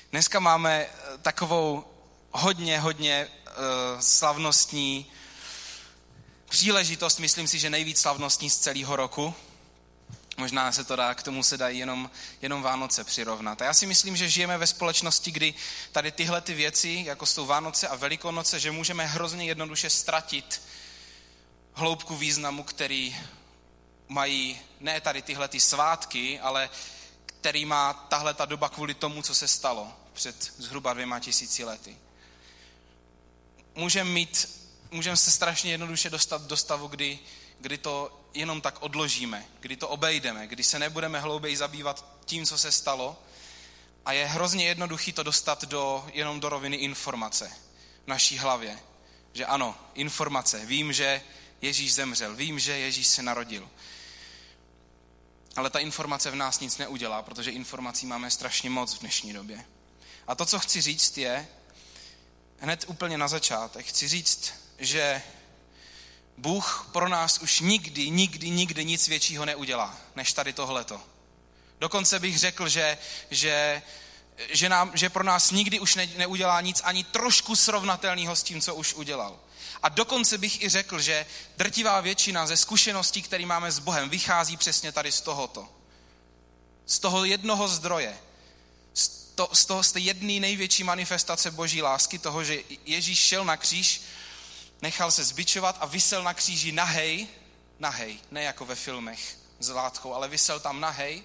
Dneska máme takovou hodně slavnostní příležitost, myslím si, že nejvíc slavnostní z celého roku. Možná k tomu se dají jenom Vánoce přirovnat. A já si myslím, že žijeme ve společnosti, kdy tady tyhle ty věci, jako jsou Vánoce a Velikonoce, že můžeme hrozně jednoduše ztratit hloubku významu, který mají ne tady tyhle ty svátky, ale který má tahle ta doba kvůli tomu, co se stalo před zhruba 2000 lety. Můžeme se strašně jednoduše dostat do stavu, kdy to jenom tak odložíme, kdy to obejdeme, kdy se nebudeme hlouběji zabývat tím, co se stalo. A je hrozně jednoduchý to dostat jenom do roviny informace v naší hlavě. Že ano, informace. Vím, že Ježíš zemřel, vím, že Ježíš se narodil. Ale ta informace v nás nic neudělá, protože informací máme strašně moc v dnešní době. A to, co chci říct, je hned úplně na začátek. Chci říct, že Bůh pro nás už nikdy nic většího neudělá, než tady tohleto. Dokonce bych řekl, že pro nás nikdy už neudělá nic ani trošku srovnatelného s tím, co už udělal. A dokonce bych i řekl, že drtivá většina ze zkušeností, které máme s Bohem, vychází přesně tady z tohoto. Z toho jednoho zdroje. Z té jedné největší manifestace boží lásky, toho, že Ježíš šel na kříž, nechal se zbičovat a visel na kříži nahej, ne jako ve filmech s látkou, ale visel tam nahej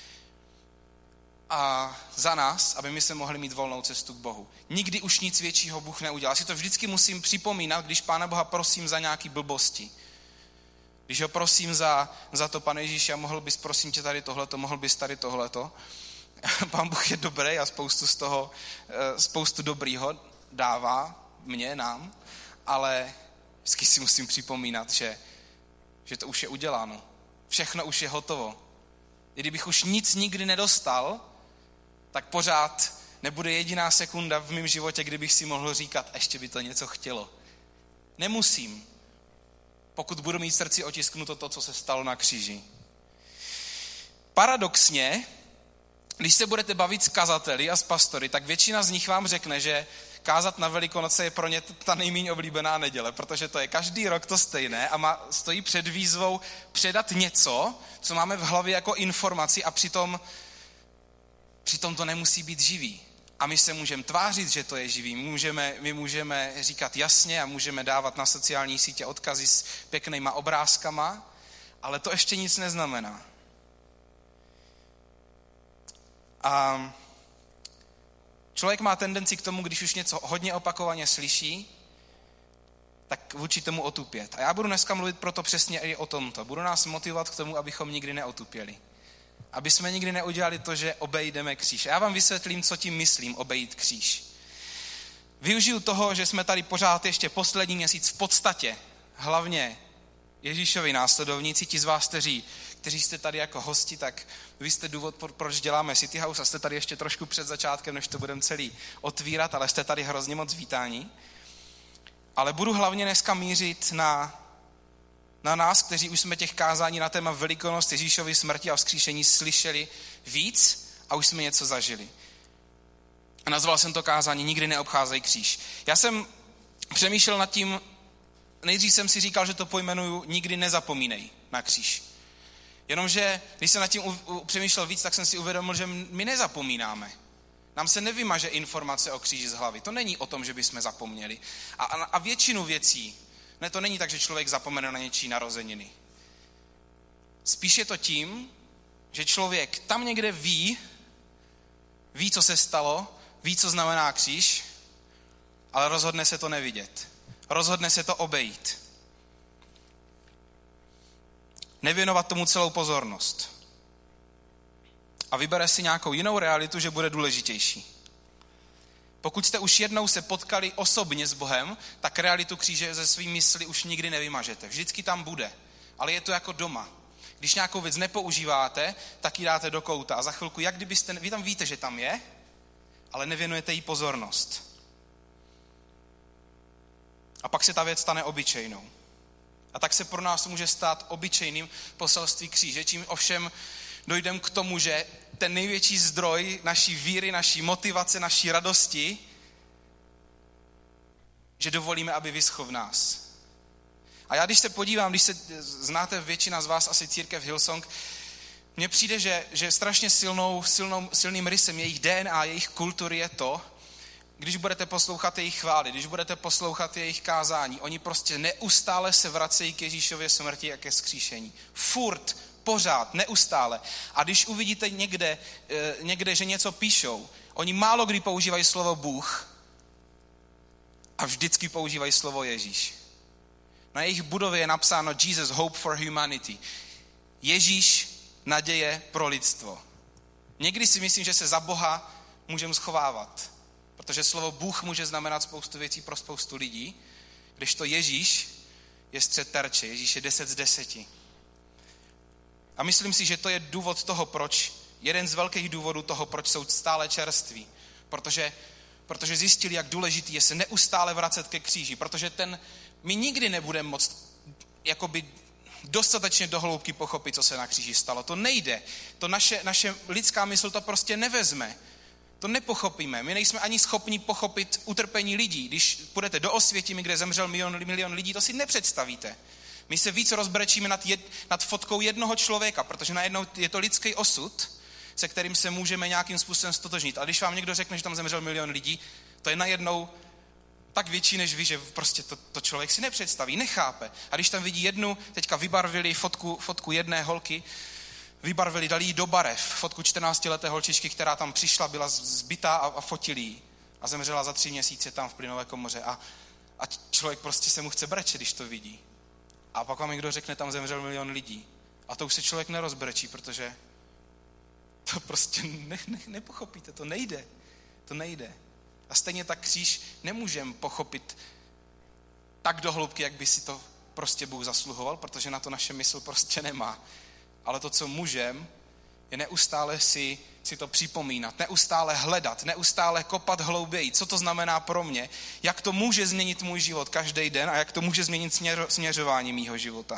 a za nás, aby my se mohli mít volnou cestu k Bohu. Nikdy už nic většího Bůh neudělal. Já si to vždycky musím připomínat, když Pána Boha prosím za nějaký blbosti. Když ho prosím za to, Pane Ježíši, a mohl bys, prosím tě, tady tohleto, mohl bys tady tohleto. Pán Bůh je dobrý a spoustu dobrýho dává nám, ale vždycky si musím připomínat, že to už je uděláno. Všechno už je hotovo. I kdybych už nic nikdy nedostal, tak pořád nebude jediná sekunda v mém životě, kdybych si mohl říkat, ještě by to něco chtělo. Nemusím, pokud budu mít v srdci otisknuto to, co se stalo na kříži. Paradoxně, když se budete bavit s kazateli a s pastory, tak většina z nich vám řekne, že kázat na Velikonoce je pro ně ta nejméně oblíbená neděle, protože to je každý rok to stejné a stojí před výzvou předat něco, co máme v hlavě jako informaci a přitom to nemusí být živý. A my se můžeme tvářit, že to je živý. My můžeme říkat jasně a můžeme dávat na sociální sítě odkazy s pěknýma obrázkama, ale to ještě nic neznamená. A člověk má tendenci k tomu, když už něco hodně opakovaně slyší, tak vůči tomu otupět. A já budu dneska mluvit proto přesně i o tomto. Budu nás motivovat k tomu, abychom nikdy neotupěli. Aby jsme nikdy neudělali to, že obejdeme kříž. A já vám vysvětlím, co tím myslím, obejít kříž. Využiju toho, že jsme tady pořád ještě poslední měsíc v podstatě, hlavně Ježíšovi následovníci, ti z vás, kteří jste tady jako hosti, tak vy jste důvod, proč děláme City House a jste tady ještě trošku před začátkem, než to budeme celý otvírat, ale jste tady hrozně moc vítáni. Ale budu hlavně dneska mířit na nás, kteří už jsme těch kázání na téma Velikonost Ježíšovy smrti a vzkříšení slyšeli víc a už jsme něco zažili. A nazval jsem to kázání Nikdy neobcházej kříž. Já jsem přemýšlel nad tím, nejdřív jsem si říkal, že to pojmenuju Nikdy nezapomínej na kříž. Jenomže, když jsem nad tím přemýšlel víc, tak jsem si uvědomil, že my nezapomínáme. Nám se nevymaže informace o kříži z hlavy. To není o tom, že bychom zapomněli. A většinu věcí, ne, to není tak, že člověk zapomene na něčí narozeniny. Spíš je to tím, že člověk tam někde ví, co se stalo, ví, co znamená kříž, ale rozhodne se to nevidět. Rozhodne se to obejít. Nevěnovat tomu celou pozornost. A vybere si nějakou jinou realitu, že bude důležitější. Pokud jste už jednou se potkali osobně s Bohem, tak realitu kříže ze svým mysli už nikdy nevymažete. Vždycky tam bude, ale je to jako doma. Když nějakou věc nepoužíváte, tak ji dáte do kouta a za chvilku, jak kdybyste, vy tam víte, že tam je, ale nevěnujete jí pozornost. A pak se ta věc stane obyčejnou. A tak se pro nás může stát obyčejným poselství kříže, čím ovšem dojdeme k tomu, že ten největší zdroj naší víry, naší motivace, naší radosti, že dovolíme, aby vyschl v nás. A já když se podívám, když se znáte většina z vás asi církev Hillsong, mně přijde, že strašně silným rysem jejich DNA, jejich kultury je to, když budete poslouchat jejich chvály, když budete poslouchat jejich kázání, oni prostě neustále se vracejí k Ježíšově smrti a ke vzkříšení. Furt, pořád, neustále. A když uvidíte někde, že něco píšou, oni málo kdy používají slovo Bůh a vždycky používají slovo Ježíš. Na jejich budově je napsáno Jesus, Hope for Humanity. Ježíš, naděje pro lidstvo. Někdy si myslím, že se za Boha můžeme schovávat, protože slovo Bůh může znamenat spoustu věcí pro spoustu lidí, kdežto Ježíš je střed terče, Ježíš je 10 z 10. A myslím si, že to je důvod toho, jeden z velkých důvodů toho, proč jsou stále čerství. Protože zjistili, jak důležitý je se neustále vracet ke kříži, protože my nikdy nebudeme moct jakoby dostatečně do hloubky pochopit, co se na kříži stalo. To nejde. To naše lidská mysl to prostě nevezme. To nepochopíme. My nejsme ani schopni pochopit utrpení lidí. Když půjdete do Osvětimi, kde zemřel milion lidí, to si nepředstavíte. My se víc rozbrečíme nad fotkou jednoho člověka, protože najednou je to lidský osud, se kterým se můžeme nějakým způsobem stotožnit. A když vám někdo řekne, že tam zemřel milion lidí, to je najednou tak větší než vy, že prostě to člověk si nepředstaví, nechápe. A když tam vidí teďka vybarvili fotku jedné holky, dali jí do barev, fotku 14leté holčičky, která tam přišla, byla zbytá a fotili ji. A zemřela za 3 měsíce tam v plynové komoře. A člověk prostě se mu chce brečet, když to vidí. A pak vám někdo řekne, tam zemřel milion lidí. A to už se člověk nerozbrečí, protože to prostě nepochopíte, to nejde. To nejde. A stejně tak kříž nemůžeme pochopit tak do hloubky, jak by si to prostě Bůh zasluhoval, protože na to naše mysl prostě nemá. Ale to, co můžeme, je neustále si to připomínat, neustále hledat, neustále kopat hlouběji, co to znamená pro mě, jak to může změnit můj život každý den a jak to může změnit směřování mýho života.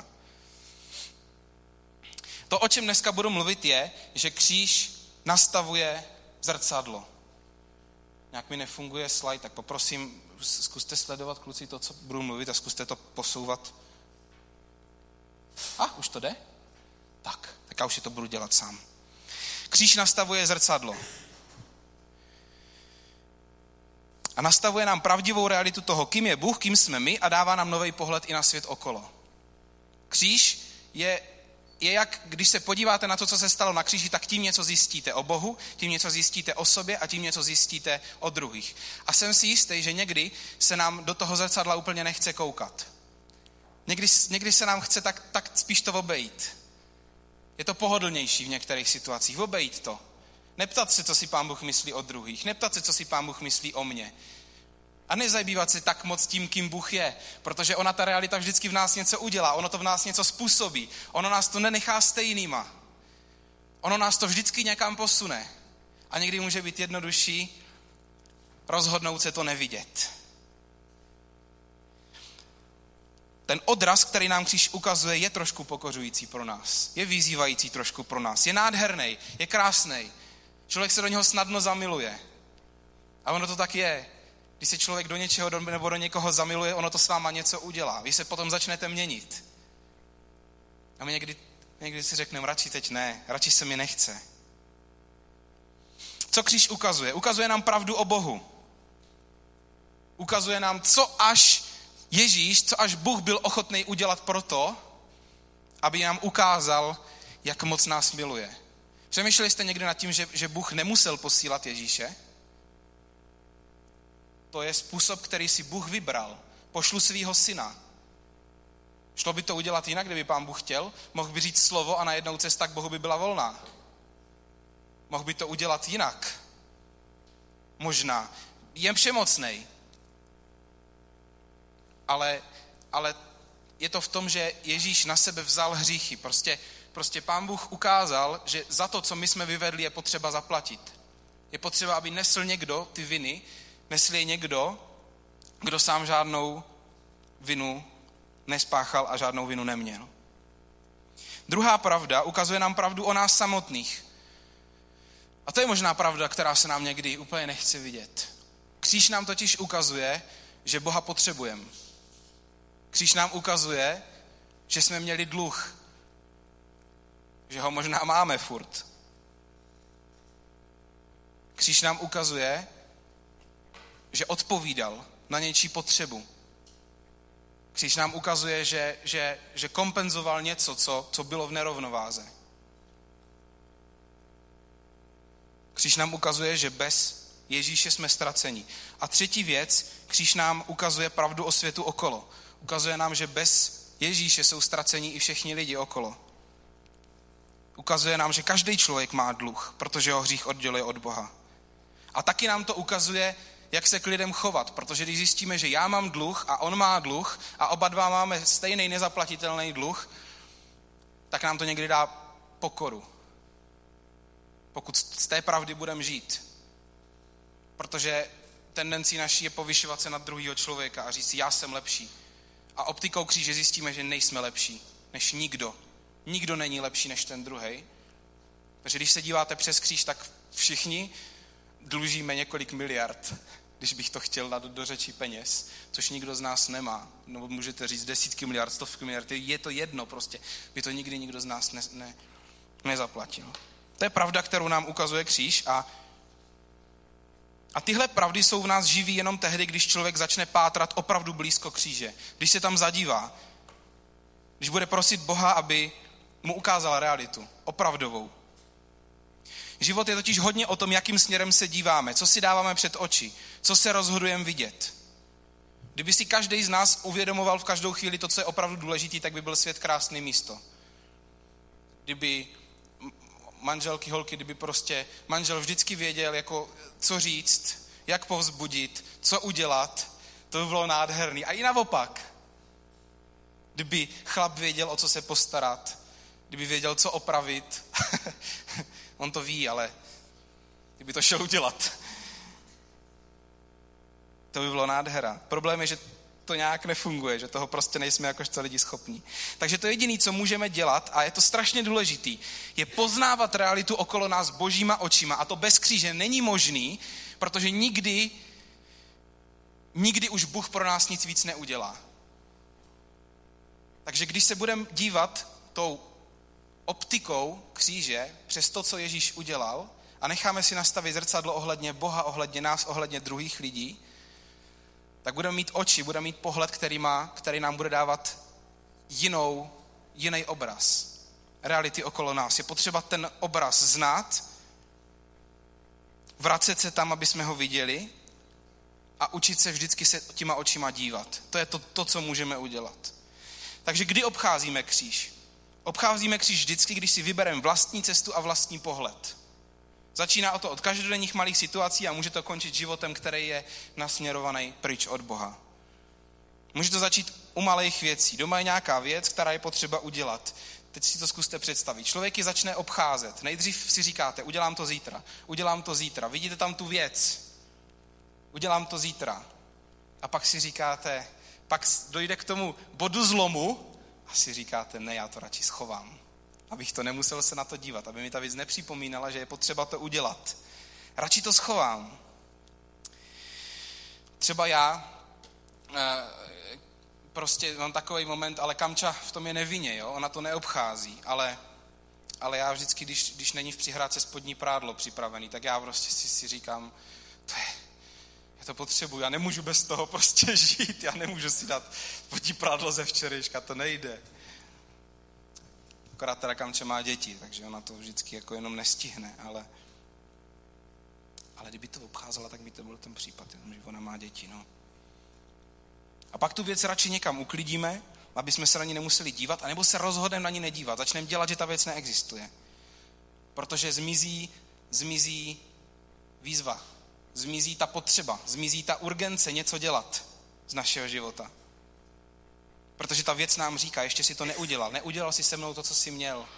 To, o čem dneska budu mluvit, je, že kříž nastavuje zrcadlo. Nějak mi nefunguje slide, tak poprosím, zkuste sledovat, kluci, to, co budu mluvit a zkuste to posouvat. Už to jde? Tak já už si to budu dělat sám. Kříž nastavuje zrcadlo. A nastavuje nám pravdivou realitu toho, kým je Bůh, kým jsme my a dává nám nový pohled i na svět okolo. Kříž je jak, když se podíváte na to, co se stalo na kříži, tak tím něco zjistíte o Bohu, tím něco zjistíte o sobě a tím něco zjistíte o druhých. A jsem si jistý, že někdy se nám do toho zrcadla úplně nechce koukat. Někdy se nám chce tak spíš to obejít. Je to pohodlnější v některých situacích, obejít to. Neptat se, co si Pán Bůh myslí o druhých, neptat se, co si Pán Bůh myslí o mně. A nezabývat se tak moc tím, kým Bůh je, protože ona ta realita vždycky v nás něco udělá, ono to v nás něco způsobí, ono nás to nenechá stejnýma. Ono nás to vždycky někam posune. A někdy může být jednodušší rozhodnout se to nevidět. Ten odraz, který nám kříž ukazuje, je trošku pokořující pro nás. Je vyzývající trošku pro nás. Je nádherný, je krásný. Člověk se do něho snadno zamiluje. A ono to tak je. Když se člověk do něčeho nebo do někoho zamiluje, ono to s váma něco udělá. Vy se potom začnete měnit. A my někdy si řekneme, radši teď ne, radši se mi nechce. Co kříž ukazuje? Ukazuje nám pravdu o Bohu. Ukazuje nám, co až Bůh byl ochotný udělat proto, aby nám ukázal, jak moc nás miluje. Přemýšleli jste někdy nad tím, že Bůh nemusel posílat Ježíše? To je způsob, který si Bůh vybral. Pošlu svýho syna. Šlo by to udělat jinak, kdyby Pán Bůh chtěl? Mohl by říct slovo a najednou cesta k Bohu by byla volná. Mohl by to udělat jinak. Možná. Je všemocnej. Ale je to v tom, že Ježíš na sebe vzal hříchy. Prostě Pán Bůh ukázal, že za to, co my jsme vyvedli, je potřeba zaplatit. Je potřeba, aby nesl někdo ty viny, nesl je někdo, kdo sám žádnou vinu nespáchal a žádnou vinu neměl. Druhá pravda ukazuje nám pravdu o nás samotných. A to je možná pravda, která se nám někdy úplně nechce vidět. Kříž nám totiž ukazuje, že Boha potřebujeme. Kříž nám ukazuje, že jsme měli dluh. Že ho možná máme furt. Kříž nám ukazuje, že odpovídal na něčí potřebu. Kříž nám ukazuje, že kompenzoval něco, co bylo v nerovnováze. Kříž nám ukazuje, že bez Ježíše jsme ztraceni. A třetí věc, kříž nám ukazuje pravdu o světu okolo. Ukazuje nám, že bez Ježíše jsou ztraceni i všichni lidi okolo. Ukazuje nám, že každý člověk má dluh, protože ho hřích odděluje od Boha. A taky nám to ukazuje, jak se k lidem chovat, protože když zjistíme, že já mám dluh a on má dluh a oba dva máme stejný nezaplatitelný dluh, tak nám to někdy dá pokoru. Pokud z té pravdy budeme žít. Protože tendencí naší je povyšovat se nad druhýho člověka a říct si, já jsem lepší. A optikou kříže zjistíme, že nejsme lepší než nikdo. Nikdo není lepší než ten druhej. Takže když se díváte přes kříž, tak všichni dlužíme několik miliard, když bych to chtěl dát do řeči peněz, což nikdo z nás nemá. No, můžete říct desítky miliard, stovky miliard, je to jedno prostě. By to nikdy nikdo z nás nezaplatil. To je pravda, kterou nám ukazuje kříž a tyhle pravdy jsou v nás živý jenom tehdy, když člověk začne pátrat opravdu blízko kříže. Když se tam zadívá. Když bude prosit Boha, aby mu ukázal realitu. Opravdovou. Život je totiž hodně o tom, jakým směrem se díváme, co si dáváme před oči, co se rozhodujeme vidět. Kdyby si každý z nás uvědomoval v každou chvíli to, co je opravdu důležitý, tak by byl svět krásný místo. Kdyby manželky, holky, kdyby prostě manžel vždycky věděl, jako co říct, jak povzbudit, co udělat, to by bylo nádherný. A i naopak. Kdyby chlap věděl, o co se postarat, kdyby věděl, co opravit, on to ví, ale kdyby to šel udělat, to by bylo nádhera. Problém je, že to nějak nefunguje, že toho prostě nejsme jakožto lidi schopní. Takže to jediné, co můžeme dělat, a je to strašně důležitý, je poznávat realitu okolo nás božíma očima. A to bez kříže není možný, protože nikdy už Bůh pro nás nic víc neudělá. Takže když se budeme dívat tou optikou kříže přes to, co Ježíš udělal a necháme si nastavit zrcadlo ohledně Boha, ohledně nás, ohledně druhých lidí, tak budeme mít oči, budeme mít pohled, který nám bude dávat jiný obraz reality okolo nás. Je potřeba ten obraz znát, vracet se tam, aby jsme ho viděli a učit se vždycky se těma očima dívat. To je to, co můžeme udělat. Takže kdy obcházíme kříž? Obcházíme kříž vždycky, když si vybereme vlastní cestu a vlastní pohled. Začíná to od každodenních malých situací a může to končit životem, který je nasměrovaný pryč od Boha. Může to začít u malých věcí. Doma je nějaká věc, která je potřeba udělat. Teď si to zkuste představit. Člověk ji začne obcházet. Nejdřív si říkáte, udělám to zítra. Vidíte tam tu věc. Udělám to zítra. A pak si říkáte, pak dojde k tomu bodu zlomu a si říkáte, ne, já to radši schovám. Abych to nemusel se na to dívat, aby mi ta věc nepřipomínala, že je potřeba to udělat. Radši to schovám. Třeba já prostě mám takový moment, ale Kamča v tom je nevinně, jo? Ona to neobchází, ale já vždycky, když není v přihrádce spodní prádlo připravený, tak já prostě si říkám, já to potřebuji, já nemůžu bez toho prostě žít, já nemůžu si dát spodní prádlo ze včerejška, to nejde. Akorát teda Kamča má děti, takže ona to vždycky jako jenom nestihne, ale kdyby to obcházela, tak by to byl ten případ, že ona má děti, no. A pak tu věc radši někam uklidíme, aby jsme se na ní nemuseli dívat, anebo se rozhodneme na ní nedívat, začneme dělat, že ta věc neexistuje. Protože zmizí výzva, zmizí ta potřeba, zmizí ta urgence něco dělat z našeho života. Protože ta věc nám říká, ještě si to neudělal si se mnou to, co jsi měl.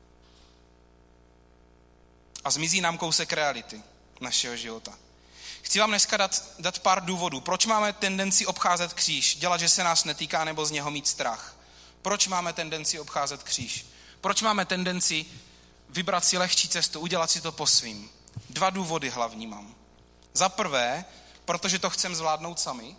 A zmizí nám kousek reality našeho života. Chci vám dneska dát pár důvodů, proč máme tendenci obcházet kříž, dělat, že se nás netýká, nebo z něho mít strach. Proč máme tendenci obcházet kříž? Proč máme tendenci vybrat si lehčí cestu, udělat si to po svým? 2 důvody hlavní mám. Za prvé, protože to chcem zvládnout sami.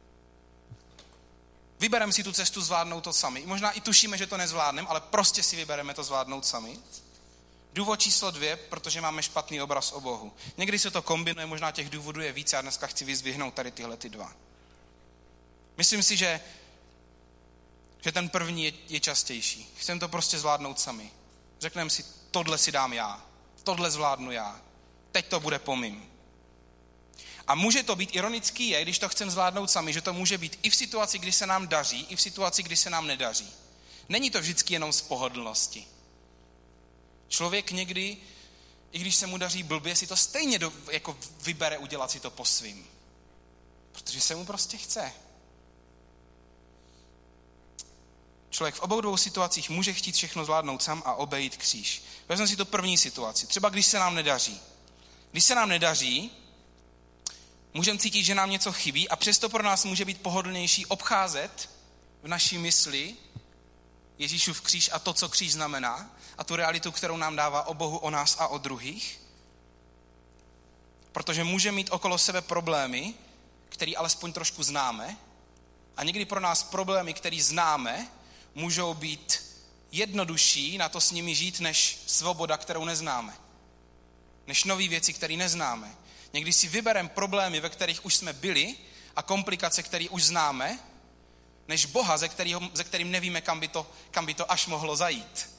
Vybereme si tu cestu zvládnout to sami. Možná i tušíme, že to nezvládneme, ale prostě si vybereme to zvládnout sami. Důvod číslo 2, protože máme špatný obraz o Bohu. Někdy se to kombinuje, možná těch důvodů je víc, já dneska chci vyzdvihnout tady tyhle 2. Myslím si, že ten první je častější. Chceme to prostě zvládnout sami. Řekneme si, tohle si dám já, tohle zvládnu já, teď to bude po mým. A může to být, ironický je, když to chceme zvládnout sami, že to může být i v situaci, kdy se nám daří, i v situaci, kdy se nám nedaří. Není to vždycky jenom z pohodlnosti. Člověk někdy, i když se mu daří blbě, si to stejně jako vybere udělat si to po svým. Protože se mu prostě chce. Člověk v obou 2 situacích může chtít všechno zvládnout sám a obejít kříž. Vezmeme si to první situaci. Třeba když se nám nedaří. Když se nám nedaří, můžeme cítit, že nám něco chybí a přesto pro nás může být pohodlnější obcházet v naší mysli Ježíšův kříž a to, co kříž znamená a tu realitu, kterou nám dává o Bohu, o nás a o druhých. Protože může mít okolo sebe problémy, které alespoň trošku známe a někdy pro nás problémy, které známe, můžou být jednodušší na to s nimi žít, než svoboda, kterou neznáme. Než nový věci, které neznáme. Někdy si vybereme problémy, ve kterých už jsme byli a komplikace, které už známe, než Boha, ze kterým nevíme, kam by to až mohlo zajít.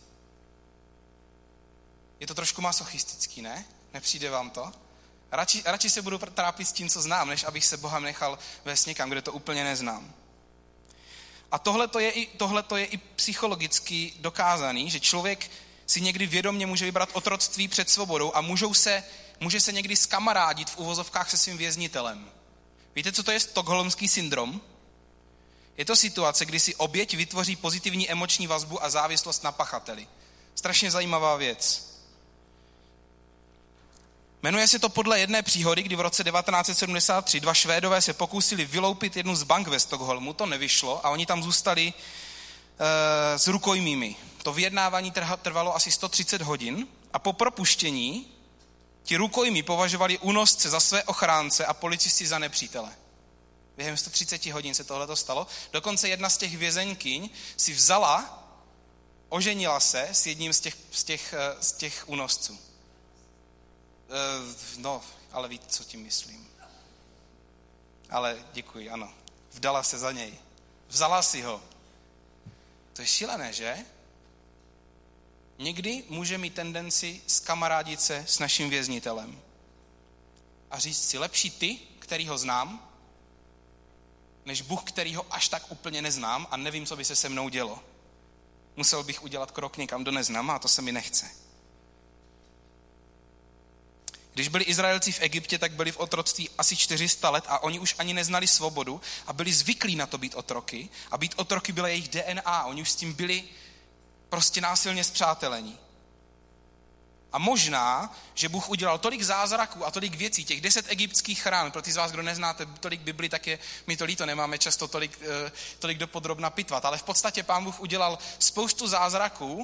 Je to trošku masochistický, ne? Nepřijde vám to? Radši se budu trápit s tím, co znám, než abych se Bohem nechal vést někam, kde to úplně neznám. A tohle je i psychologicky dokázaný, že člověk si někdy vědomě může vybrat otroctví před svobodou a může se někdy zkamarádit v uvozovkách se svým věznitelem. Víte, co to je stockholmský syndrom? Je to situace, kdy si oběť vytvoří pozitivní emoční vazbu a závislost na pachateli. Strašně zajímavá věc. Jmenuje se to podle jedné příhody, kdy v roce 1973 2 Švédové se pokusili vyloupit jednu z bank ve Stockholmu, to nevyšlo a oni tam zůstali s rukojmími. To vyjednávání trvalo asi 130 hodin a po propuštění ti rukojmí považovali únosce za své ochránce a policisti za nepřítele. Během 130 hodin se tohleto stalo. Dokonce jedna z těch vězeňkyň si vzala, oženila se s jedním z těch únosců. No, ale víte, co tím myslím. Ale děkuji, ano. Vdala se za něj. Vzala si ho. To je šílené, že? Někdy může mít tendenci zkamarádit se s naším věznitelem. A říct si, lepší ty, který ho znám, než Bůh, který ho až tak úplně neznám a nevím, co by se mnou dělo. Musel bych udělat krok někam do neznáma a to se mi nechce. Když byli Izraelci v Egyptě, tak byli v otroctví asi 400 let a oni už ani neznali svobodu a byli zvyklí na to být otroky. A být otroky bylo jejich DNA, oni už s tím byli prostě násilně spřátelení. A možná, že Bůh udělal tolik zázraků a tolik věcí, těch 10 egyptských chrám, pro ty z vás, kdo neznáte tolik Bibli, tak je mi to líto, nemáme často tolik dopodrobna pitvat, ale v podstatě Pán Bůh udělal spoustu zázraků,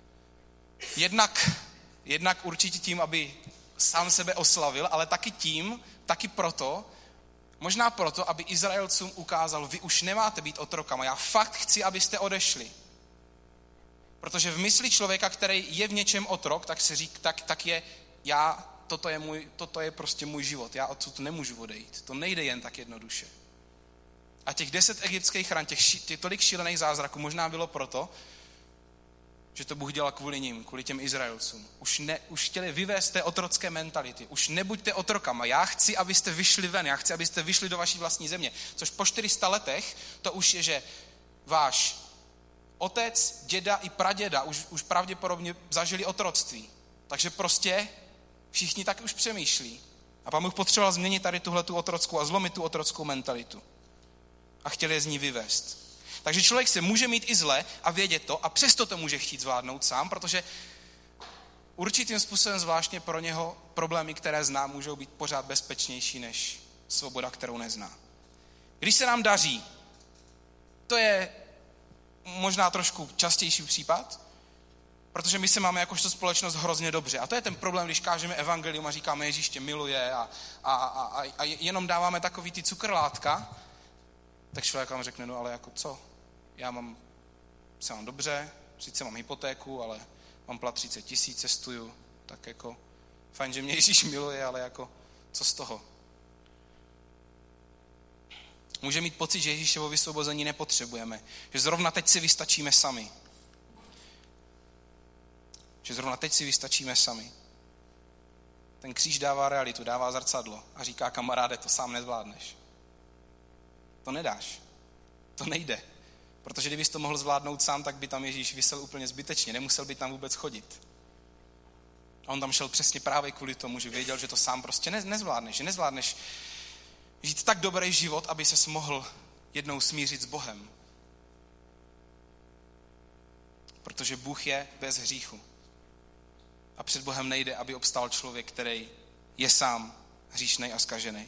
jednak určitě tím, aby sám sebe oslavil, ale taky proto, možná proto, aby Izraelcům ukázal, vy už nemáte být otrokama, já fakt chci, abyste odešli. Protože v mysli člověka, který je v něčem otrok, tak se říká, tak je, toto je prostě můj život, já odsud nemůžu odejít, to nejde jen tak jednoduše. A těch 10 egyptských chrán, těch tolik šílených zázraků možná bylo proto, že to Bůh dělal kvůli nim, kvůli těm Izraelcům. Už chtěli vyvést z té otrocké mentality. Už nebuďte otrokama. Já chci, abyste vyšli ven. Já chci, abyste vyšli do vaší vlastní země. Což po 400 letech to už je, že váš otec, děda i praděda už pravděpodobně zažili otroctví. Takže prostě všichni tak už přemýšlí. A Pán Bůh potřeboval změnit tady tuhletu otrockou a zlomit tu otrockou mentalitu. A chtěl je z ní vyvést. Takže člověk se může mít i zle a vědět to a přesto to může chtít zvládnout sám, protože určitým způsobem zvláštně pro něho problémy, které zná, můžou být pořád bezpečnější než svoboda, kterou nezná. Když se nám daří, to je možná trošku častější případ, Protože my se máme jakožto společnost hrozně dobře. A to je ten problém, když kážeme evangelium a říkáme, Ježíš tě miluje a jenom dáváme takový ty cukrlátka, tak člověk vám řekne, no ale jako co? Se mám dobře, sice mám hypotéku, ale mám plat 30 000, cestuju, tak jako fajn, že mě Ježíš miluje, ale jako co z toho? Může mít pocit, že Ježíšovo vysvobození nepotřebujeme, že zrovna teď si vystačíme sami. Ten kříž dává realitu, dává zrcadlo a říká, kamaráde, to sám nezvládneš. To nedáš. To nejde. Protože kdybys to mohl zvládnout sám, tak by tam Ježíš visel úplně zbytečně. Nemusel by tam vůbec chodit. A on tam šel přesně právě kvůli tomu, že věděl, že to sám prostě nezvládneš. Že nezvládneš žít tak dobrý život, aby ses mohl jednou smířit s Bohem. Protože Bůh je bez hříchu. A před Bohem nejde, aby obstál člověk, který je sám hříšnej a zkažený.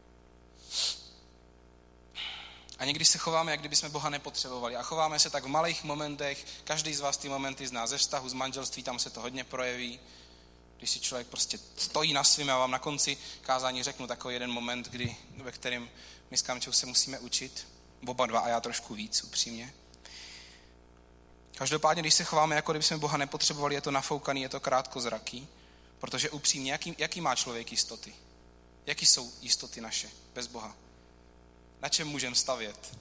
A někdy se chováme, jak kdyby jsme Boha nepotřebovali. A chováme se tak v malých momentech. Každý z vás ty momenty zná ze vztahu, z manželství, tam se to hodně projeví. Když si člověk prostě stojí na svým, já vám na konci kázání řeknu takový jeden moment, ve kterém my s Kamčou se musíme učit. Oba dva a já trošku víc, upřímně. Každopádně, když se chováme, jako kdyby jsme Boha nepotřebovali, je to nafoukaný, je to krátkozraký, protože upřímně, jaký má člověk jistoty? Jaký jsou jistoty naše bez Boha? Na čem můžeme stavět?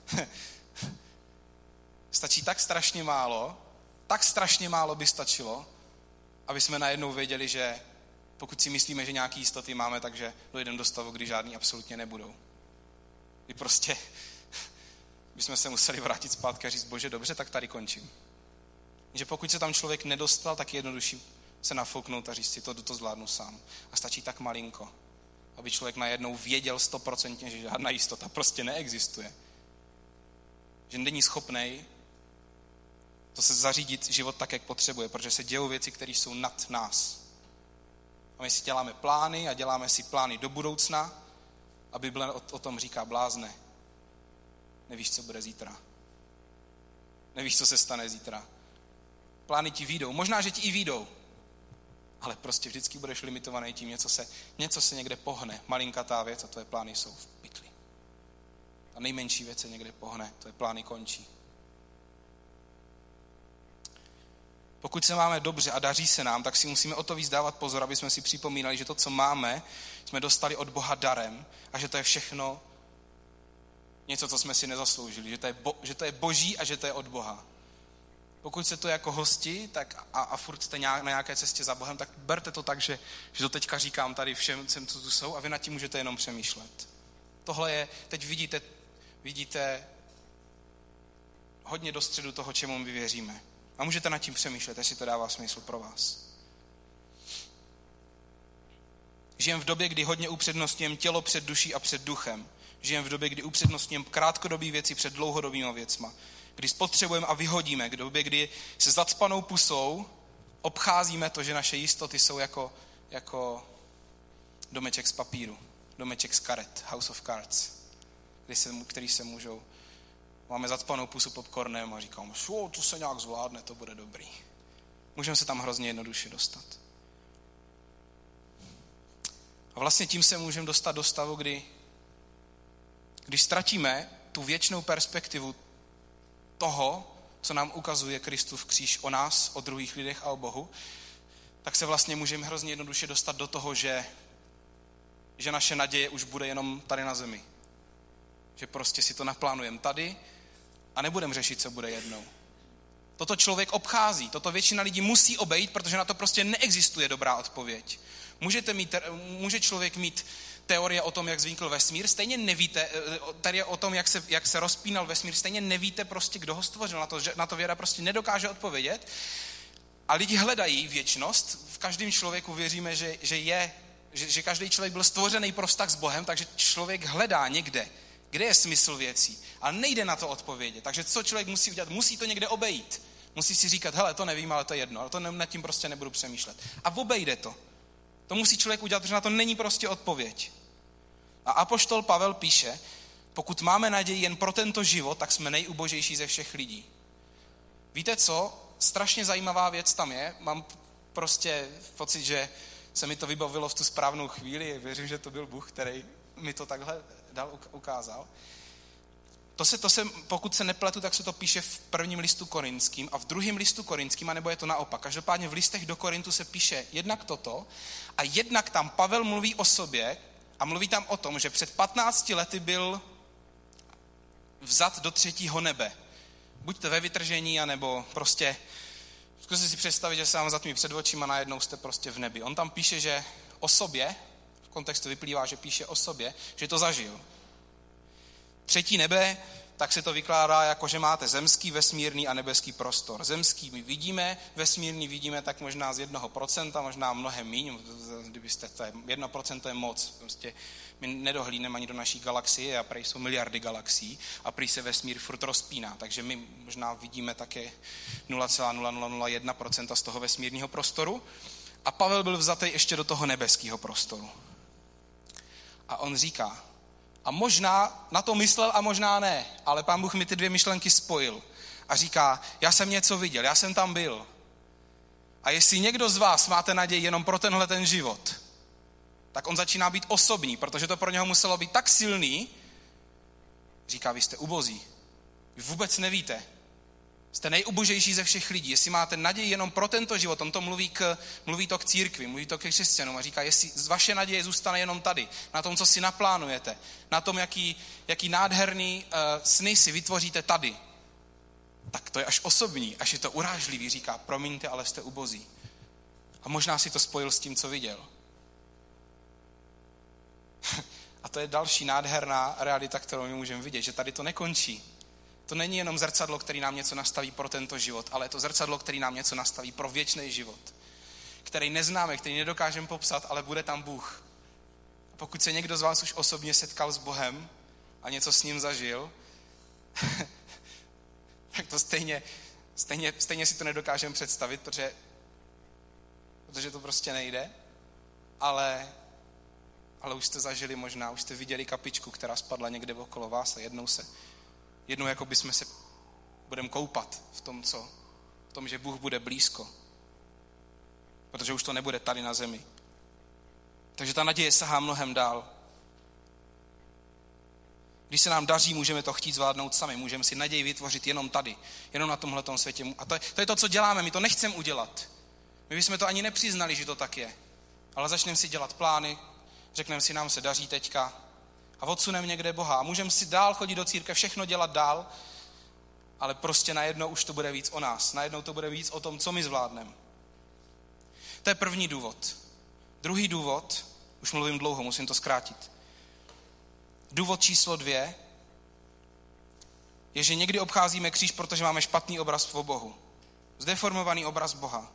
Stačí tak strašně málo by stačilo, aby jsme najednou věděli, že pokud si myslíme, že nějaký jistoty máme, takže dojdeme do stavu, kdy žádný absolutně nebudou. Kdy prostě bychom se museli vrátit zpátky a říct, Bože, dobře, tak tady končím. Že pokud se tam člověk nedostal, tak je jednodušší se nafouknout a říct si, to zvládnu sám. A stačí tak malinko, aby člověk najednou věděl 100%, že žádná jistota prostě neexistuje. Že není schopnej to se zařídit život tak, jak potřebuje, protože se dějou věci, které jsou nad nás. A my si děláme plány a děláme si plány do budoucna a Bible o tom říká blázne. Nevíš, co bude zítra. Nevíš, co se stane zítra. Plány ti vyjdou. Možná, že ti i vyjdou. Ale prostě vždycky budeš limitovaný tím, něco se někde pohne. Malinkatá věc a tvoje plány jsou v pytli. Ta nejmenší věc se někde pohne, tvoje plány končí. Pokud se máme dobře a daří se nám, tak si musíme o to víc dávat pozor, aby jsme si připomínali, že to, co máme, jsme dostali od Boha darem a že to je všechno něco, co jsme si nezasloužili. Že to je boží a že to je od Boha. Pokud se to jako hosti tak a furt jste na nějaké cestě za Bohem, tak berte to tak, že to teďka říkám tady všem, co tu jsou a vy nad tím můžete jenom přemýšlet. Tohle je, teď vidíte hodně do středu toho, čemu my věříme. A můžete nad tím přemýšlet, jestli to dává smysl pro vás. Žijeme v době, kdy hodně upřednostňujeme tělo před duší a před duchem. Žijeme v době, kdy upřednostňujeme krátkodobé věci před dlouhodobými věcma. Kdy spotřebujeme a vyhodíme. V době, kdy se zacpanou pusou obcházíme to, že naše jistoty jsou jako domeček z papíru. Domeček z karet. House of cards. Který se můžou... Máme zacpanou pusu popcornem a říkám, to se nějak zvládne, to bude dobrý. Můžeme se tam hrozně jednoduše dostat. A vlastně tím se můžeme dostat do stavu, když ztratíme tu věčnou perspektivu toho, co nám ukazuje Kristův kříž o nás, o druhých lidech a o Bohu, tak se vlastně můžeme hrozně jednoduše dostat do toho, že naše naděje už bude jenom tady na zemi. Že prostě si to naplánujeme tady a nebudeme řešit, co bude jednou. Toto člověk obchází, toto většina lidí musí obejít, protože na to prostě neexistuje dobrá odpověď. Může člověk mít teorie o tom, jak vznikl vesmír, stejně nevíte, tady o tom, jak se rozpínal vesmír, stejně nevíte prostě, kdo ho stvořil, na to věda prostě nedokáže odpovědět. A lidi hledají věčnost, v každém člověku věříme, že každý člověk byl stvořený pro vztah s Bohem, takže člověk hledá někde, kde je smysl věcí, ale nejde na to odpovědět. Takže co člověk musí udělat? Musí to někde obejít. Musí si říkat, hele, to nevím, ale to je jedno, ale to nad tím prostě nebudu přemýšlet. A obejde to. To musí člověk udělat, protože na to není prostě odpověď. A apoštol Pavel píše, pokud máme naději jen pro tento život, tak jsme nejubožejší ze všech lidí. Víte co? strašně zajímavá věc tam je. Mám prostě pocit, že se mi to vybavilo v tu správnou chvíli. Věřím, že to byl Bůh, který mi to takhle ukázal. To se, pokud se nepletu, tak se to píše v prvním listu Korinským a v druhém listu Korinským, anebo je to naopak. Každopádně v listech do Korintu se píše jednak toto a jednak tam Pavel mluví o sobě a mluví tam o tom, že před 15 lety byl vzat do 3. nebe. Buďte ve vytržení, anebo prostě zkuste si představit, že se vám zatmí před očima a najednou jste prostě v nebi. On tam píše, že o sobě, v kontextu vyplývá, že píše o sobě, že to zažil. 3. nebe, tak se to vykládá jako, že máte zemský, vesmírný a nebeský prostor. Zemský my vidíme, vesmírný vidíme tak možná z 1%, možná mnohem míň, kdybyste, to je 1% je moc. Prostě my nedohlídneme ani do naší galaxie a prý jsou miliardy galaxií a prý se vesmír furt rozpíná, takže my možná vidíme také 0,0001% z toho vesmírného prostoru. A Pavel byl vzatý ještě do toho nebeského prostoru. A on říká, a možná na to myslel a možná ne, ale Pán Bůh mi ty dvě myšlenky spojil a říká, já jsem něco viděl, já jsem tam byl. A jestli někdo z vás máte naději jenom pro tenhle ten život, tak on začíná být osobní, protože to pro něho muselo být tak silný, říká, vy jste ubozí, vy vůbec nevíte. Jste nejubožejší ze všech lidí. Jestli máte naději jenom pro tento život, on to mluví to k církvi, mluví to ke křesťanům a říká, jestli vaše naděje zůstane jenom tady, na tom, co si naplánujete, na tom, jaký nádherný sny si vytvoříte tady, tak to je až osobní, až je to urážlivý, říká, promiňte, ale jste ubozí. A možná si to spojil s tím, co viděl. A to je další nádherná realita, kterou my můžeme vidět, že tady to nekončí. To není jenom zrcadlo, který nám něco nastaví pro tento život, ale je to zrcadlo, který nám něco nastaví pro věčný život, který neznáme, který nedokážeme popsat, ale bude tam Bůh. A pokud se někdo z vás už osobně setkal s Bohem a něco s ním zažil, tak to stejně si to nedokážeme představit, protože to prostě nejde, ale už jste zažili možná, už jste viděli kapičku, která spadla někde okolo vás a jednou jako bychom se budeme koupat v tom, že Bůh bude blízko. Protože už to nebude tady na zemi. Takže ta naděje sahá mnohem dál. Když se nám daří, můžeme to chtít zvládnout sami. Můžeme si naději vytvořit jenom tady, jenom na tomhletom světě. A to je to, co děláme. My to nechceme udělat. My bychom to ani nepřiznali, že to tak je. Ale začneme si dělat plány, řekneme si, nám se daří teďka, a odsuneme někde Boha. A můžeme si dál chodit do církve, všechno dělat dál, ale prostě najednou už to bude víc o nás. Najednou to bude víc o tom, co my zvládneme. To je první důvod. Druhý důvod, už mluvím dlouho, musím to zkrátit. Důvod číslo 2 je, že někdy obcházíme kříž, protože máme špatný obraz o Bohu. Zdeformovaný obraz Boha.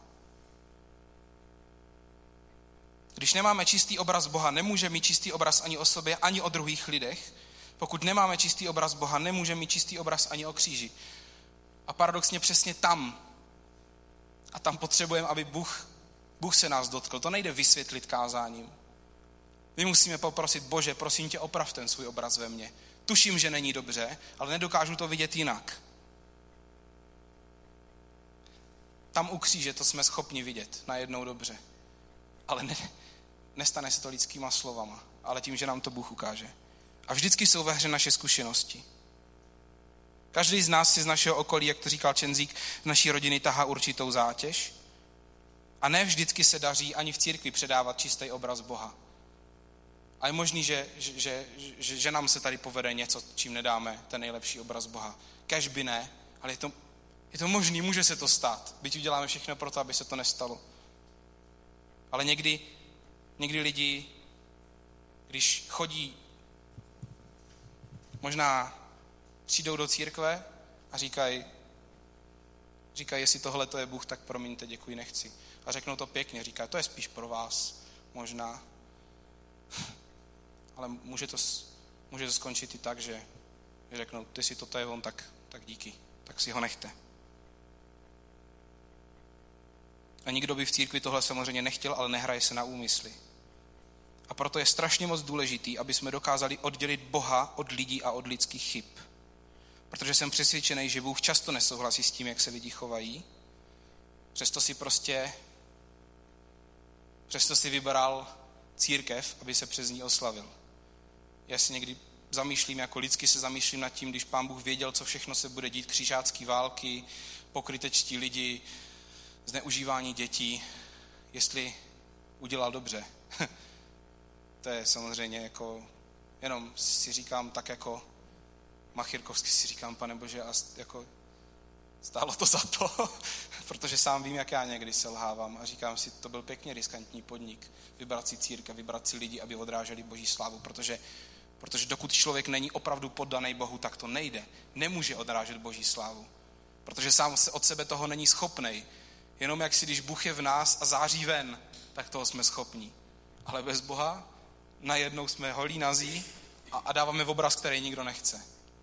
Když nemáme čistý obraz Boha, nemůžeme mít čistý obraz ani o sobě, ani o druhých lidech. Pokud nemáme čistý obraz Boha, nemůžeme mít čistý obraz ani o kříži. A paradoxně přesně tam. A tam potřebujeme, aby Bůh se nás dotkl. To nejde vysvětlit kázáním. My musíme poprosit, Bože, prosím tě, oprav ten svůj obraz ve mně. Tuším, že není dobře, ale nedokážu to vidět jinak. Tam u kříže to jsme schopni vidět najednou dobře. Ale nestane se to lidskýma slovama, ale tím, že nám to Bůh ukáže. A vždycky jsou ve hře naše zkušenosti. Každý z nás si z našeho okolí, jak to říkal Čenzík, z naší rodiny tahá určitou zátěž. A ne vždycky se daří ani v církvi předávat čistý obraz Boha. A je možný, že nám se tady povede něco, čím nedáme ten nejlepší obraz Boha. Kéž by ne, ale je to možný, může se to stát. Byť uděláme všechno pro to, aby se to nestalo. Ale někdy lidi, když chodí, možná přijdou do církve a říkají, jestli tohle to je Bůh, tak promiňte, děkuji, nechci. A řeknou to pěkně, říkají, to je spíš pro vás, možná. Ale může to skončit i tak, že řeknou, ty si toto je on, tak díky, tak si ho nechte. A nikdo by v církvi tohle samozřejmě nechtěl, ale nehraje se na úmysly. A proto je strašně moc důležitý, aby jsme dokázali oddělit Boha od lidí a od lidských chyb. Protože jsem přesvědčený, že Bůh často nesouhlasí s tím, jak se lidi chovají. Přesto si vybral církev, aby se přes ní oslavil. Já si někdy zamýšlím, jako lidsky se zamýšlím nad tím, když Pán Bůh věděl, co všechno se bude dít, křižácký války, pokrytečtí lidi, zneužívání dětí, jestli udělal dobře. To je samozřejmě jako, jenom si říkám tak jako machirkovsky si říkám, Pane Bože, a jako stálo to za to, protože sám vím, jak já někdy selhávám a říkám si, to byl pěkně riskantní podnik, vybrat si církev, vybrat si lidi, aby odráželi Boží slávu, protože dokud člověk není opravdu poddaný Bohu, tak to nejde. Nemůže odrážet Boží slávu, protože sám se od sebe toho není schopnej. Jenom jak si, když Bůh je v nás a září ven, tak toho jsme schopní. Ale bez Boha najednou jsme holí nazí a dáváme v obraz, který nikdo nechce.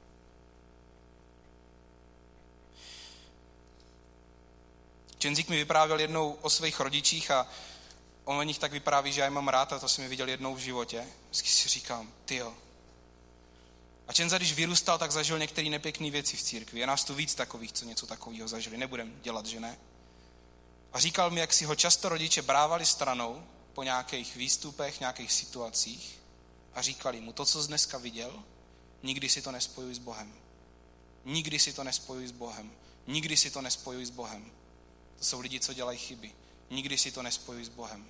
Čenzík mi vyprávěl jednou o svých rodičích a on o nich tak vypráví, že já je mám rád a to jsem je viděl jednou v životě. Vždycky si říkám, tyjo. A Čenza, když vyrůstal, tak zažil některé nepěkné věci v církvi. Je nás tu víc takových, co něco takového zažili. Nebudem dělat, že ne? A říkal mi, jak si ho často rodiče brávali stranou po nějakých výstupech, nějakých situacích a říkali mu, to, co jsi dneska viděl, nikdy si to nespojuj s Bohem. Nikdy si to nespojuj s Bohem. Nikdy si to nespojuj s Bohem. To jsou lidi, co dělají chyby. Nikdy si to nespojuj s Bohem.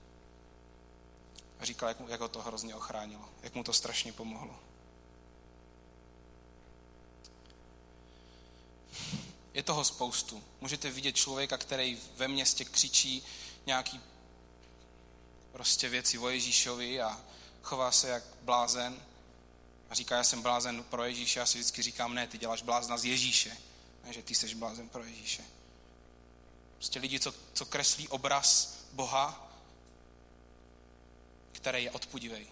A říkal, jak ho to hrozně ochránilo. Jak mu to strašně pomohlo. Je toho spoustu. Můžete vidět člověka, který ve městě křičí nějaký prostě věci o Ježíšovi a chová se jak blázen a říká, já jsem blázen pro Ježíše. Já si vždycky říkám, ne, ty děláš blázna z Ježíše, ne, že ty jsi blázen pro Ježíše. Prostě lidi, co kreslí obraz Boha, který je odpudivý.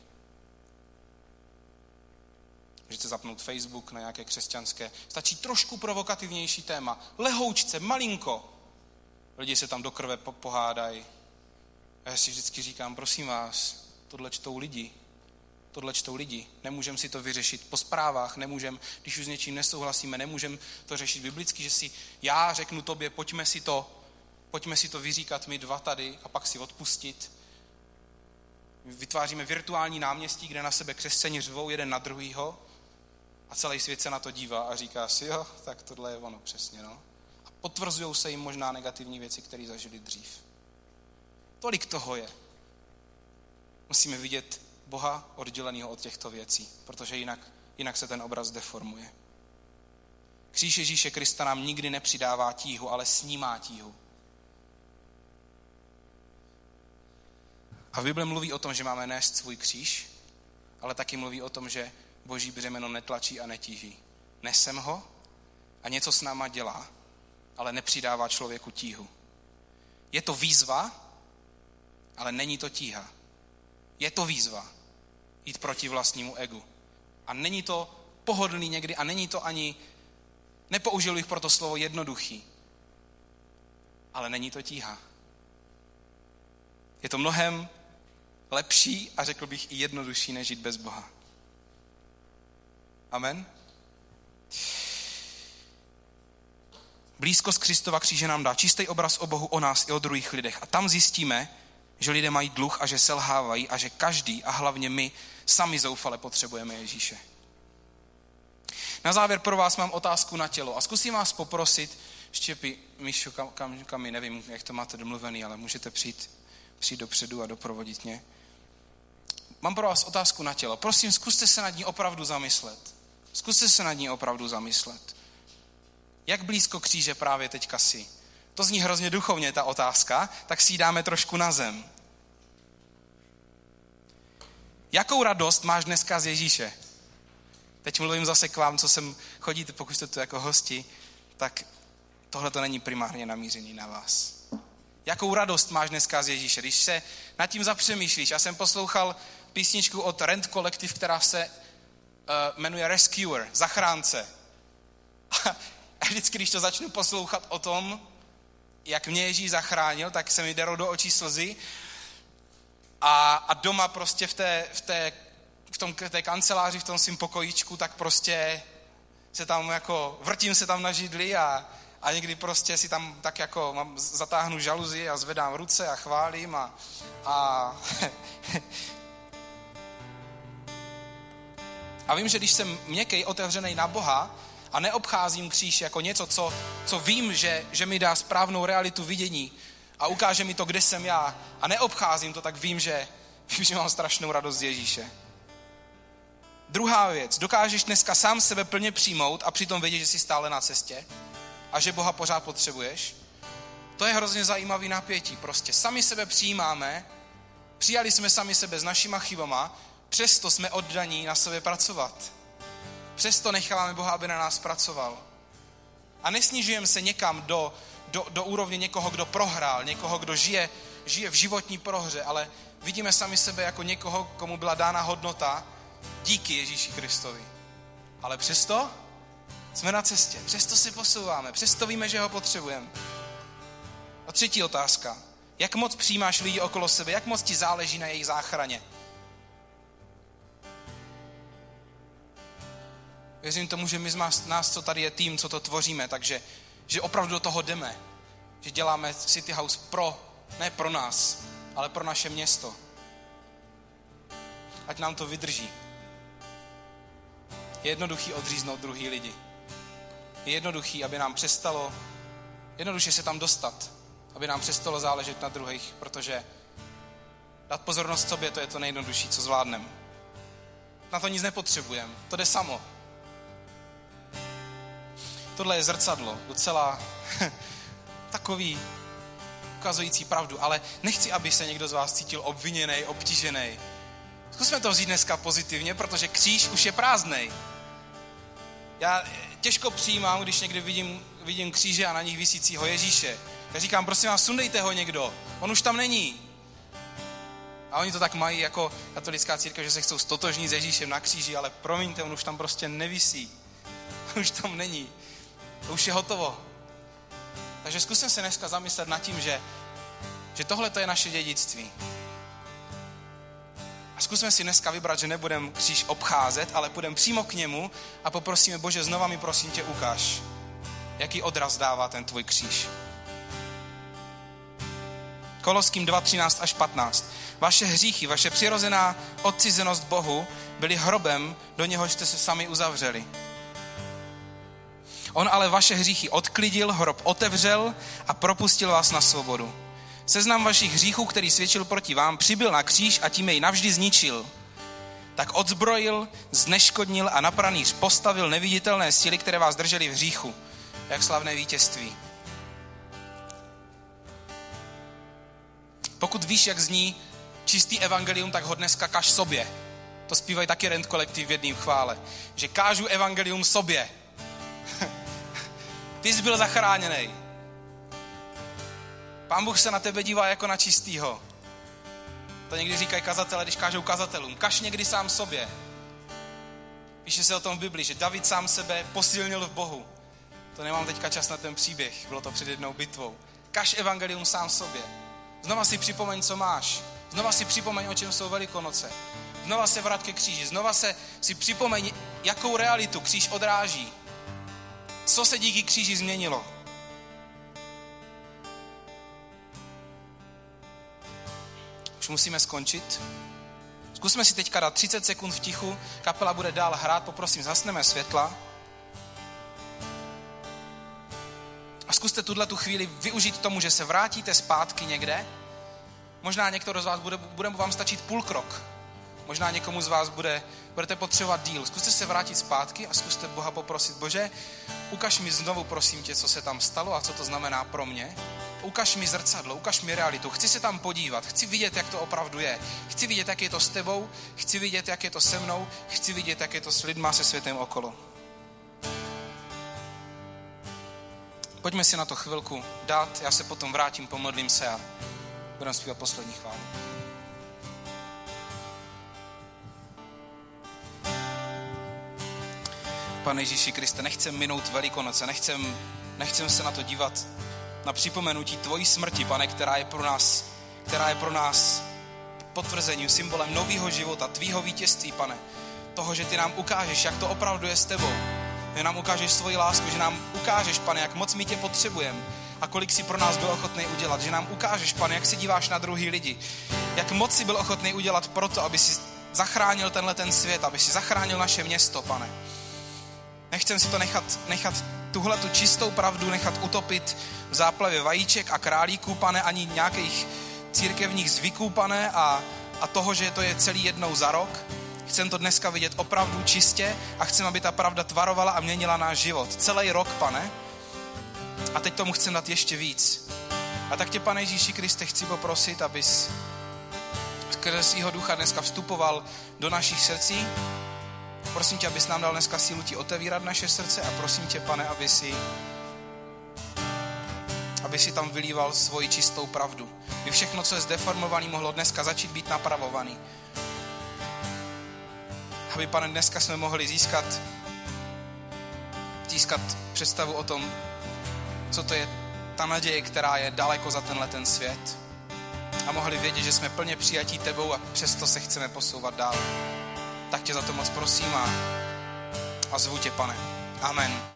Můžete zapnout Facebook na nějaké křesťanské. Stačí trošku provokativnější téma. Lehoučce, malinko. Lidi se tam do krve pohádají. A já si vždycky říkám, prosím vás, tohle čtou lidi. Nemůžeme si to vyřešit po zprávách, když už s něčím nesouhlasíme, nemůžeme to řešit biblicky, že si já řeknu tobě, pojďme si to vyříkat my dva tady a pak si odpustit. Vytváříme virtuální náměstí, kde na sebe křesťani řvou jeden na druhýho a celý svět se na to dívá a říká si, jo, tak tohle je ono přesně, no. A potvrzují se jim možná negativní věci, které zažili dřív. Tolik toho je. Musíme vidět Boha odděleného od těchto věcí, protože jinak se ten obraz deformuje. Kříž Ježíše Krista nám nikdy nepřidává tíhu, ale snímá tíhu. A Bible mluví o tom, že máme nést svůj kříž, ale taky mluví o tom, že Boží břemeno netlačí a netíží. Nesem ho a něco s náma dělá, ale nepřidává člověku tíhu. Je to výzva, ale není to tíha. Je to výzva jít proti vlastnímu egu. A není to pohodlný někdy a není to ani, nepoužil bych proto slovo jednoduchý, ale není to tíha. Je to mnohem lepší a řekl bych i jednodušší, než žít bez Boha. Amen? Blízkost Kristova kříže nám dá čistý obraz o Bohu, o nás i o druhých lidech. A tam zjistíme, že lidé mají dluh a že selhávají a že každý a hlavně my sami zoufale potřebujeme Ježíše. Na závěr pro vás mám otázku na tělo a zkusím vás poprosit, Štěpy, Míšo, kam nevím, jak to máte domluvený, ale můžete přijít dopředu a doprovodit mě. Mám pro vás otázku na tělo. Prosím, zkuste se nad ní opravdu zamyslet. Jak blízko kříže právě teďka jsi? To zní hrozně duchovně, ta otázka, tak si ji dáme trošku na zem. Jakou radost máš dneska z Ježíše? Teď mluvím zase k vám, co sem chodíte, pokud jste tu jako hosti, tak tohle to není primárně namířený na vás. Jakou radost máš dneska z Ježíše? Když se nad tím zapřemýšlíš, já jsem poslouchal písničku od Rent Collective, která se jmenuje Rescuer, zachránce. A vždycky, když to začnu poslouchat o tom, jak mě Ježíš zachránil, tak se mi derou do očí slzy. A doma prostě v té kanceláři, v tom svým pokojíčku, tak prostě se tam jako vrtím se tam na židli a a někdy prostě si tam tak jako zatáhnu žaluzii a zvedám ruce a chválím a vím, že když jsem měkkej, otevřenej na Boha a neobcházím kříž jako něco, co vím, že mi dá správnou realitu vidění a ukáže mi to, kde jsem já a neobcházím to, tak vím, že mám strašnou radost z Ježíše. Druhá věc, dokážeš dneska sám sebe plně přijmout a přitom vědět, že jsi stále na cestě a že Boha pořád potřebuješ. To je hrozně zajímavý napětí. Prostě sami sebe přijímáme, přijali jsme sami sebe s našima chybama, přesto jsme oddaní na sobě pracovat. Přesto necháváme Boha, aby na nás pracoval. A nesnižujeme se někam do úrovně někoho, kdo prohrál, někoho, kdo žije v životní prohře, ale vidíme sami sebe jako někoho, komu byla dána hodnota díky Ježíši Kristovi. Ale přesto jsme na cestě, přesto se posouváme, přesto víme, že ho potřebujeme. A třetí otázka. Jak moc přijímáš lidi okolo sebe, jak moc ti záleží na jejich záchraně? Věřím tomu, že my z nás, co tady je tým, co to tvoříme, takže že opravdu do toho jdeme. Že děláme City House ne pro nás, ale pro naše město. Ať nám to vydrží. Je jednoduchý odříznout druhý lidi. Je jednoduchý, aby nám přestalo, jednoduše se tam dostat, aby nám přestalo záležet na druhých, protože dát pozornost sobě, to je to nejjednodušší, co zvládneme. Na to nic nepotřebujeme, to jde samo. Tohle je zrcadlo, docela takový ukazující pravdu, ale nechci, aby se někdo z vás cítil obviněnej, obtíženej. Zkusme to vzít dneska pozitivně, protože kříž už je prázdnej. Já těžko přijímám, když někdy vidím kříže a na nich visícího Ježíše. Já říkám, prosím vás, sundejte ho někdo, on už tam není. A oni to tak mají jako katolická církev, že se chcou stotožnit s Ježíšem na kříži, ale promiňte, on už tam prostě nevisí. Už tam není. To už je hotovo. Takže zkusme se dneska zamyslet nad tím, že tohle to je naše dědictví. A zkusme si dneska vybrat, že nebudeme kříž obcházet, ale půjdeme přímo k němu a poprosíme, Bože, znova mi prosím tě ukáž, jaký odraz dává ten tvůj kříž. Koloským 2:13-15. Vaše hříchy, vaše přirozená odcizenost Bohu byly hrobem, do něhož jste se sami uzavřeli. On ale vaše hříchy odklidil, hrob otevřel a propustil vás na svobodu. Seznam vašich hříchů, který svědčil proti vám, přibyl na kříž a tím jej navždy zničil. Tak odzbrojil, zneškodnil a na pranýř postavil neviditelné síly, které vás držely v hříchu. Jak slavné vítězství. Pokud víš, jak zní čistý evangelium, tak ho dneska kaž sobě. To zpívají taky Rent kolektiv v jedným chvále. Že kážu evangelium sobě. Ty jsi byl zachráněnej. Pán Bůh se na tebe dívá jako na čistýho. To někdy říkají kazatele, když kážou kazatelům. Kaž někdy sám sobě. Píše se o tom v Bibli, že David sám sebe posilnil v Bohu. To nemám teďka čas na ten příběh, bylo to před jednou bitvou. Kaž evangelium sám sobě. Znova si připomeň, co máš. Znova si připomeň, o čem jsou Velikonoce. Znova se vrať ke kříži. Znova si připomeň, jakou realitu kříž odráží. Co se díky kříži změnilo. Už musíme skončit. Zkusme si teďka dát 30 sekund v tichu. Kapela bude dál hrát. Poprosím, zhasneme světla. A zkuste tu chvíli využít tomu, že se vrátíte zpátky někde. Možná někdo z vás bude vám stačit půl krok. Možná někomu z vás budete potřebovat díl. Zkuste se vrátit zpátky a zkuste Boha poprosit. Bože, ukaž mi znovu, prosím tě, co se tam stalo a co to znamená pro mě. Ukaž mi zrcadlo, ukaž mi realitu. Chci se tam podívat, chci vidět, jak to opravdu je. Chci vidět, jak je to s tebou, chci vidět, jak je to se mnou, chci vidět, jak je to s lidma, se světem okolo. Pojďme si na to chvilku dát, já se potom vrátím, pomodlím se a budeme zpívat poslední chválu. Pane Ježíši Kriste, nechcem minout Velikonoce, nechcem se na to dívat, na připomenutí tvojí smrti, Pane, která je pro nás potvrzením, symbolem nového života, tvýho vítězství, Pane. Toho, že ty nám ukážeš, jak to opravdu je s tebou. že nám ukážeš svoji lásku, že nám ukážeš, Pane, jak moc my tě potřebujeme a kolik jsi pro nás byl ochotný udělat, že nám ukážeš, Pane, jak se díváš na druhý lidi, jak moc jsi byl ochotný udělat proto, aby si zachránil ten svět, aby si zachránil naše město, Pane. Nechcem si to nechat tuhle tu čistou pravdu nechat utopit v záplavě vajíček a králíků, Pane, ani nějakých církevních zvyků, Pane, a toho, že to je celý jednou za rok. Chcem to dneska vidět opravdu čistě a chcem, aby ta pravda tvarovala a měnila náš život. Celý rok, Pane. A teď tomu chcem dát ještě víc. A tak tě, Pane Ježíši Kriste, chci poprosit, abys skrze svýho ducha dneska vstupoval do našich srdcí. Prosím tě, abys nám dal dneska sílu ti otevírat naše srdce a prosím tě, Pane, aby si tam vylíval svoji čistou pravdu. Aby všechno, co je zdeformovaný, mohlo dneska začít být napravovaný. Aby, Pane, dneska jsme mohli získat představu o tom, co to je ta naděje, která je daleko za ten svět. A mohli vědět, že jsme plně přijatí tebou a přesto se chceme posouvat dál. Tak tě za to moc prosím a zvu tě, Pane. Amen.